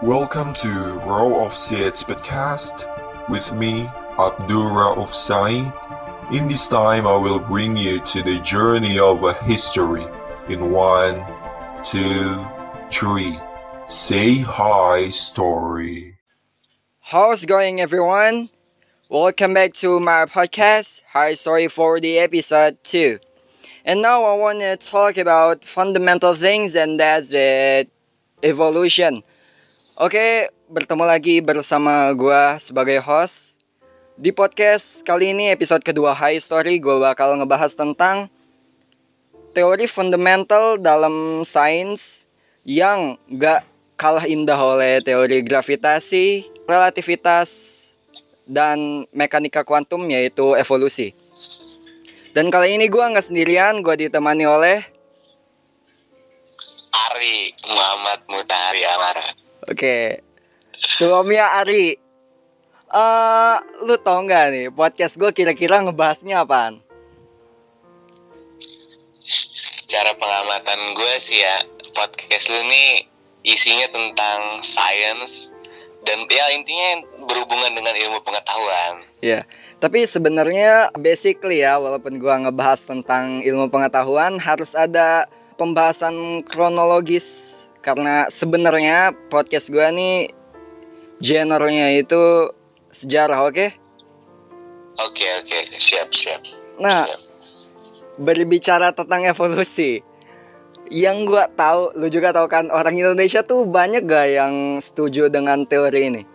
Welcome to Row of Seeds podcast with me, Abdullah of Said. In this time, I will bring you to the journey of a history in 1, 2, 3. Say hi, story. How's going, everyone? Welcome back to my podcast, Hi Story for the episode 2. And now I want to talk about fundamental things, and that's it, evolution. Oke, bertemu lagi bersama gue sebagai host. Di podcast kali ini, episode kedua Hi Story, gue bakal ngebahas tentang teori fundamental dalam sains yang gak kalah indah oleh teori gravitasi, relativitas, dan mekanika kuantum, yaitu evolusi. Dan kali ini gue nggak sendirian, gue ditemani oleh Ari Muhammad Mutahari Amara. Oke, sebelumnya Ari, lu tau nggak nih podcast gue kira-kira ngebahasnya apaan? Secara pengamatan gue sih ya, podcast lu nih isinya tentang sains dan ya intinya berhubungan dengan ilmu pengetahuan. Ya, tapi sebenarnya basically ya, walaupun gue ngebahas tentang ilmu pengetahuan, harus ada pembahasan kronologis. Karena sebenarnya podcast gue nih genre-nya itu sejarah, oke? Oke, siap. Nah, Siap. berbicara tentang evolusi, yang gue tahu, lu juga tahu kan, orang Indonesia tuh banyak gak yang setuju dengan teori ini?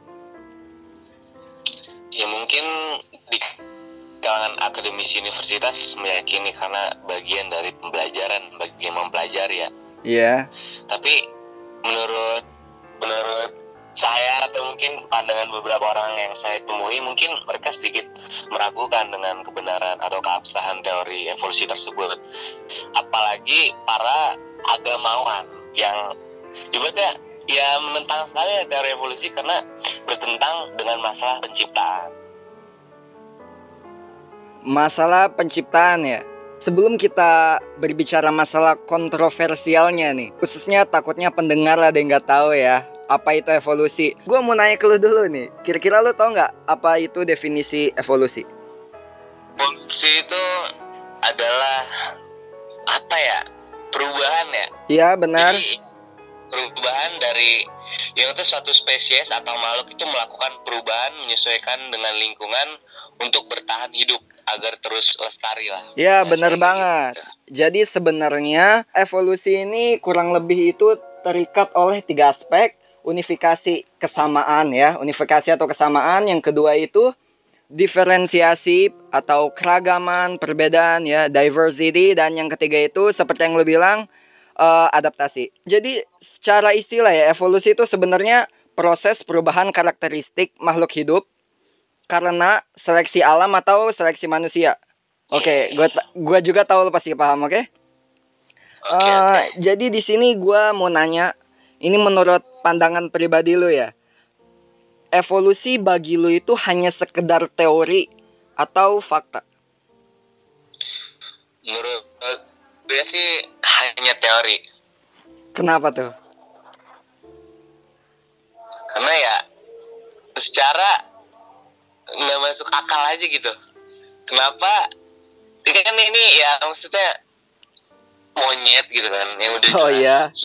Ya mungkin di kalangan akademisi universitas meyakini karena bagian dari pembelajaran, bagian mempelajari ya. Iya. Tapi menurut saya atau mungkin pandangan beberapa orang yang saya temui, mungkin mereka sedikit meragukan dengan kebenaran atau keabsahan teori evolusi tersebut. Apalagi para agamawan yang ibaratnya ya menentang sekali teori evolusi karena bertentang dengan masalah penciptaan. Masalah penciptaan ya. Sebelum kita berbicara masalah kontroversialnya nih, khususnya takutnya pendengar ada yang nggak tahu ya, apa itu evolusi. Gue mau nanya ke lu dulu nih, kira-kira lu tau nggak apa itu definisi evolusi? Evolusi itu adalah apa ya? Perubahan ya? Iya benar. Jadi, perubahan dari yang itu suatu spesies atau makhluk itu melakukan perubahan menyesuaikan dengan lingkungan untuk bertahan hidup agar terus lestari lah. Ya benar banget. Jadi sebenarnya evolusi ini kurang lebih itu terikat oleh 3 aspek. Unifikasi kesamaan ya, unifikasi atau kesamaan. Yang kedua itu diferensiasi atau keragaman, perbedaan ya, diversity. Dan yang ketiga itu seperti yang lu bilang, adaptasi. Jadi secara istilah ya, evolusi itu sebenarnya proses perubahan karakteristik makhluk hidup karena seleksi alam atau seleksi manusia. Oke, gua juga tahu lu pasti paham, oke? Jadi di sini gua mau nanya, ini menurut pandangan pribadi lu ya, evolusi bagi lu itu hanya sekedar teori atau fakta? Menurut gue sih hanya teori. Kenapa tuh? Karena ya secara nggak masuk akal aja gitu. Kenapa? Kan ini ya maksudnya monyet gitu kan yang udah jelas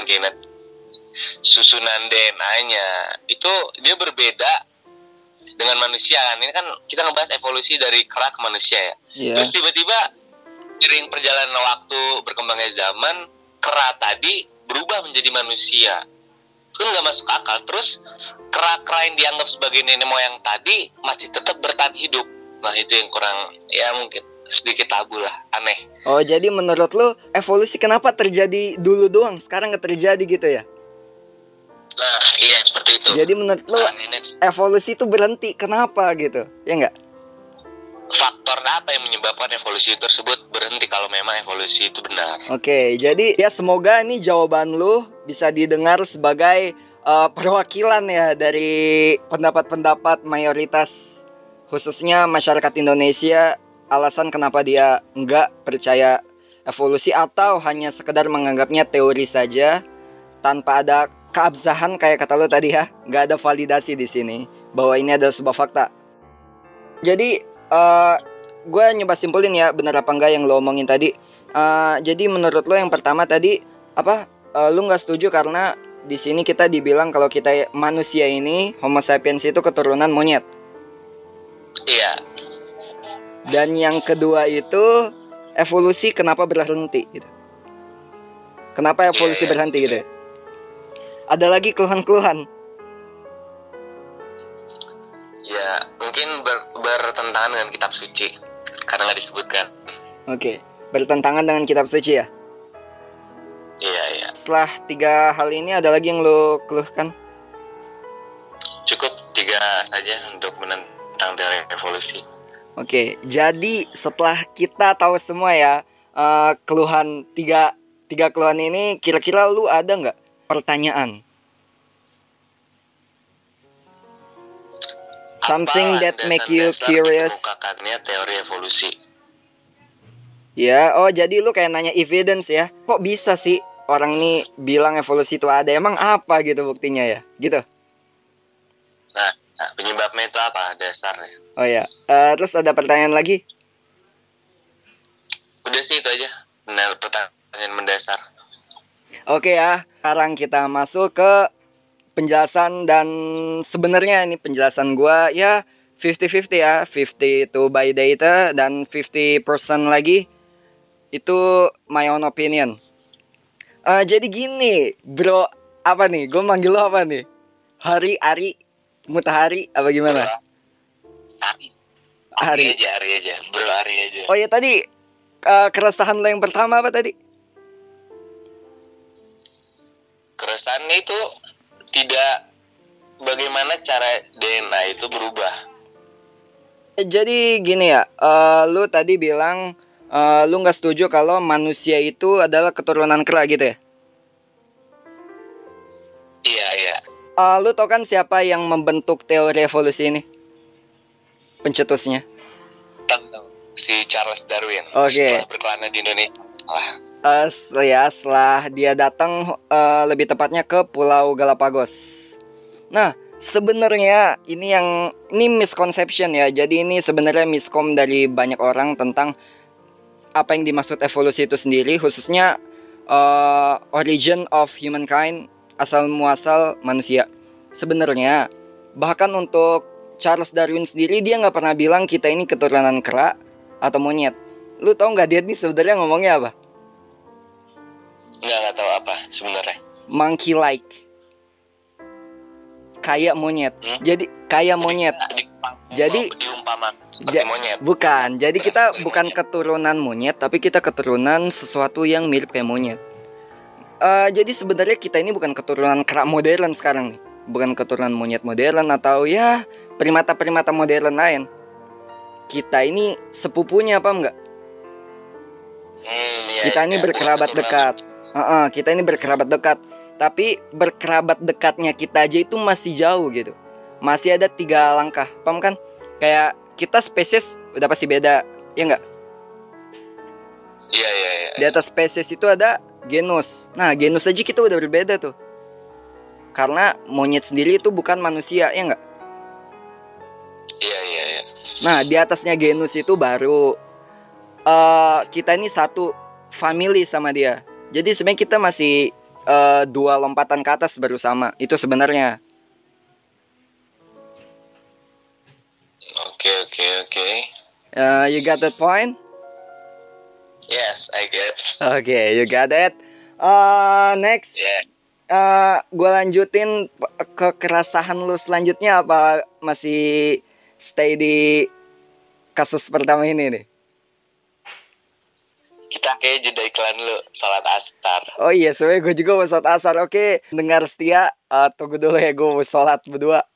susunan DNA-nya itu dia berbeda dengan manusia kan. Ini kan kita ngebahas evolusi dari kera ke manusia ya. Yeah. Terus tiba-tiba seiring perjalanan waktu, berkembangnya zaman, kera tadi berubah menjadi manusia. Itu kan nggak masuk akal. Terus kera-kera yang dianggap sebagai nenek moyang tadi masih tetap bertahan hidup. Nah itu yang kurang, ya mungkin sedikit tabu lah, aneh. Oh jadi menurut lu evolusi kenapa terjadi dulu doang, sekarang nggak terjadi gitu ya? Nah iya seperti itu. Jadi menurut lu evolusi itu berhenti, kenapa gitu, ya nggak? Faktor apa yang menyebabkan evolusi tersebut berhenti kalau memang evolusi itu benar? Oke, jadi ya semoga ini jawaban lu bisa didengar sebagai perwakilan ya dari pendapat-pendapat mayoritas, khususnya masyarakat Indonesia, alasan kenapa dia nggak percaya evolusi atau hanya sekedar menganggapnya teori saja tanpa ada keabsahan kayak kata lo tadi ya, nggak ada validasi di sini bahwa ini adalah sebuah fakta. Jadi gue nyoba simpulin ya, benar apa enggak yang lo omongin tadi. Jadi menurut lo yang pertama tadi apa? Lo nggak setuju karena di sini kita dibilang kalau kita manusia ini Homo sapiens itu keturunan monyet. Iya. Dan yang kedua itu evolusi kenapa berhenti gitu. Kenapa evolusi berhenti gitu? Ada lagi keluhan-keluhan? Ya, mungkin bertentangan dengan kitab suci karena nggak disebutkan. Oke, bertentangan dengan kitab suci ya? Iya. Setelah 3 hal ini ada lagi yang lo keluhkan? Cukup 3 saja untuk menentang teori evolusi. Oke, jadi setelah kita tahu semua ya keluhan tiga keluhan ini, kira-kira lu ada nggak pertanyaan? Something that make you curious? Dikemukakannya teori evolusi. Ya, jadi lu kayak nanya evidence ya? Kok bisa sih orang nih bilang evolusi itu ada? Emang apa gitu buktinya ya? Gitu. Nah, penyebabnya itu apa dasarnya? Oh ya, terus ada pertanyaan lagi? Udah sih itu aja. Benar, pertanyaan mendasar. Oke ya, sekarang kita masuk ke penjelasan, dan sebenarnya ini penjelasan gua ya 50-50 ya. 50 itu by data dan 50% lagi itu my own opinion. Jadi gini, bro, apa nih? Gue manggil lo apa nih? Hari, Ari, Mutahari, apa gimana? Ari aja. Bro, Ari aja. Oh ya, tadi keresahan lo yang pertama apa tadi? Keresahannya itu tidak bagaimana cara DNA itu berubah. Jadi gini ya, lu tadi bilang lu nggak setuju kalau manusia itu adalah keturunan kera gitu ya? Iya. Lu tau kan siapa yang membentuk teori evolusi ini? Pencetusnya? Tahu. Si Charles Darwin. Oke. Setelah berkelana di Indonesia. Setelah dia datang lebih tepatnya ke Pulau Galapagos. Nah, sebenarnya ini misconception ya. Jadi ini sebenarnya miskom dari banyak orang tentang apa yang dimaksud evolusi itu sendiri, khususnya origin of humankind, asal muasal manusia. Sebenarnya bahkan untuk Charles Darwin sendiri dia nggak pernah bilang kita ini keturunan kera atau monyet. Lu tau nggak dia nih sebenarnya ngomongnya apa? Nggak tahu apa sebenarnya. Monkey like, kayak monyet. Jadi kayak monyet. Jadi diumpama seperti monyet. Bukan. Jadi kita bukan keturunan monyet, tapi kita keturunan sesuatu yang mirip kayak monyet. Jadi sebenarnya kita ini bukan keturunan kera modern sekarang nih. Bukan keturunan monyet modern atau ya primata-primata modern lain. Kita ini sepupunya apa enggak? Kita ini berkerabat dekat. Kita ini berkerabat dekat. Tapi berkerabat dekatnya kita aja itu masih jauh gitu. Masih ada 3 langkah, paham kan? Kayak kita spesies udah pasti beda, ya enggak? Iya. Di atas spesies itu ada genus. Nah, genus aja kita udah berbeda tuh. Karena monyet sendiri itu bukan manusia, ya enggak? Iya. Nah, di atasnya genus itu baru kita ini satu family sama dia. Jadi sebenarnya kita masih 2 lompatan ke atas baru sama. Itu sebenarnya. Oke. You got that point? Yes, I get. Okay, you got it. Next. Yeah. Gue lanjutin ke keresahan lu selanjutnya apa masih stay di kasus pertama ini nih? Kita kayak jeda iklan dulu, salat asar. Oh iya, sebenarnya gue juga mau salat asar. Oke, dengar setia, tunggu dulu ya, gue mau salat berdua.